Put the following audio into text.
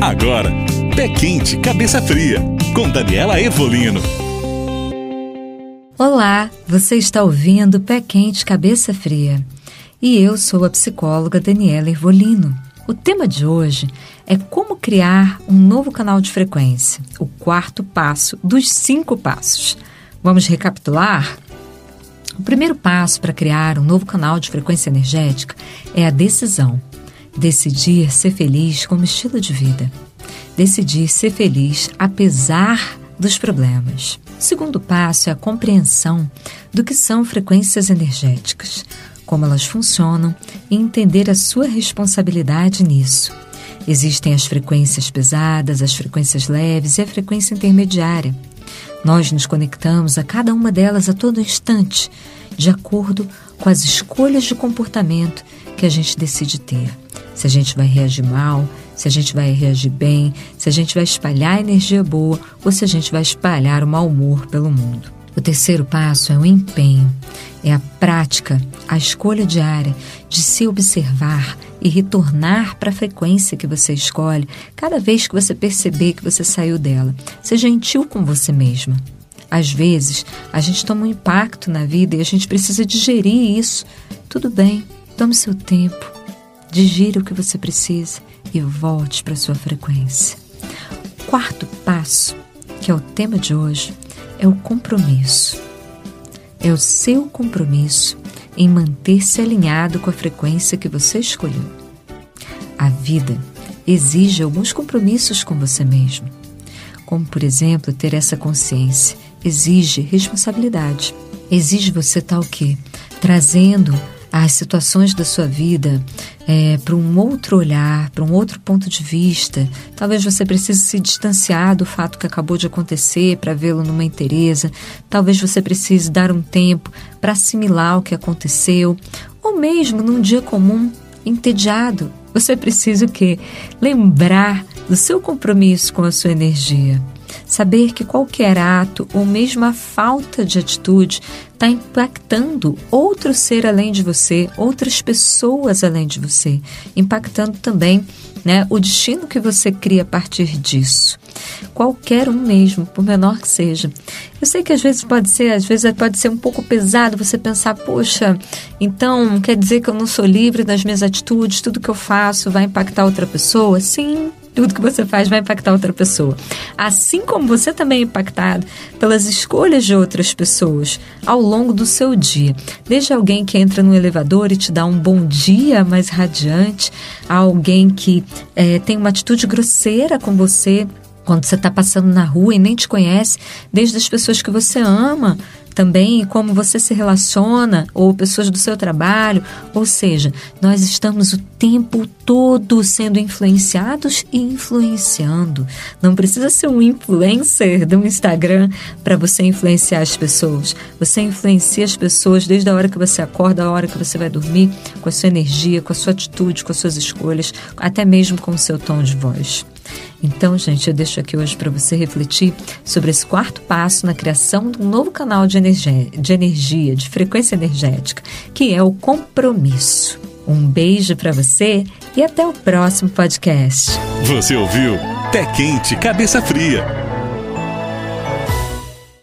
Agora, Pé Quente, Cabeça Fria, com Daniela Evolino. Olá, você está ouvindo Pé Quente, Cabeça Fria. E eu sou a psicóloga Daniela Evolino. O tema de hoje é como criar um novo canal de frequência, o quarto passo dos 5 passos. Vamos recapitular? O primeiro passo para criar um novo canal de frequência energética é a decisão. Decidir ser feliz como estilo de vida. Decidir ser feliz apesar dos problemas. O segundo passo é a compreensão do que são frequências energéticas, como elas funcionam e entender a sua responsabilidade nisso. Existem as frequências pesadas, as frequências leves e a frequência intermediária. Nós nos conectamos a cada uma delas a todo instante, de acordo com as escolhas de comportamento que a gente decide ter. Se a gente vai reagir mal, se a gente vai reagir bem, se a gente vai espalhar energia boa ou se a gente vai espalhar o mau humor pelo mundo. O terceiro passo é o empenho, é a prática, a escolha diária de se observar e retornar para a frequência que você escolhe cada vez que você perceber que você saiu dela. Seja gentil com você mesma. Às vezes, a gente toma um impacto na vida e a gente precisa digerir isso. Tudo bem, tome seu tempo, digira o que você precisa e volte para a sua frequência. O quarto passo, que é o tema de hoje, é o compromisso. É o seu compromisso em manter-se alinhado com a frequência que você escolheu. A vida exige alguns compromissos com você mesmo, como, por exemplo, ter essa consciência. Exige responsabilidade. Exige você estar o quê? Trazendo as situações da sua vida para um outro olhar, para um outro ponto de vista. Talvez você precise se distanciar do fato que acabou de acontecer para vê-lo numa inteireza. Talvez você precise dar um tempo para assimilar o que aconteceu. Ou mesmo num dia comum, entediado, você precisa o quê? Lembrar do seu compromisso com a sua energia. Saber que qualquer ato ou mesmo a falta de atitude está impactando outro ser além de você, outras pessoas além de você, impactando também, o destino que você cria a partir disso. Qualquer um mesmo, por menor que seja. Eu sei que às vezes pode ser um pouco pesado você pensar, poxa, então quer dizer que eu não sou livre das minhas atitudes, tudo que eu faço vai impactar outra pessoa? Sim, tudo que você faz vai impactar outra pessoa. Assim como você também é impactado pelas escolhas de outras pessoas ao longo do seu dia. Desde alguém que entra no elevador e te dá um bom dia mais radiante, a alguém que tem uma atitude grosseira com você quando você está passando na rua e nem te conhece, desde as pessoas que você ama também, como você se relaciona, ou pessoas do seu trabalho. Ou seja, nós estamos o tempo todo sendo influenciados e influenciando. Não precisa ser um influencer do Instagram para você influenciar as pessoas. Você influencia as pessoas desde a hora que você acorda, a hora que você vai dormir, com a sua energia, com a sua atitude, com as suas escolhas, até mesmo com o seu tom de voz. Então, gente, eu deixo aqui hoje para você refletir sobre esse quarto passo na criação de um novo canal de energia, de frequência energética, que é o compromisso. Um beijo para você e até o próximo podcast. Você ouviu Pé Quente, Cabeça Fria.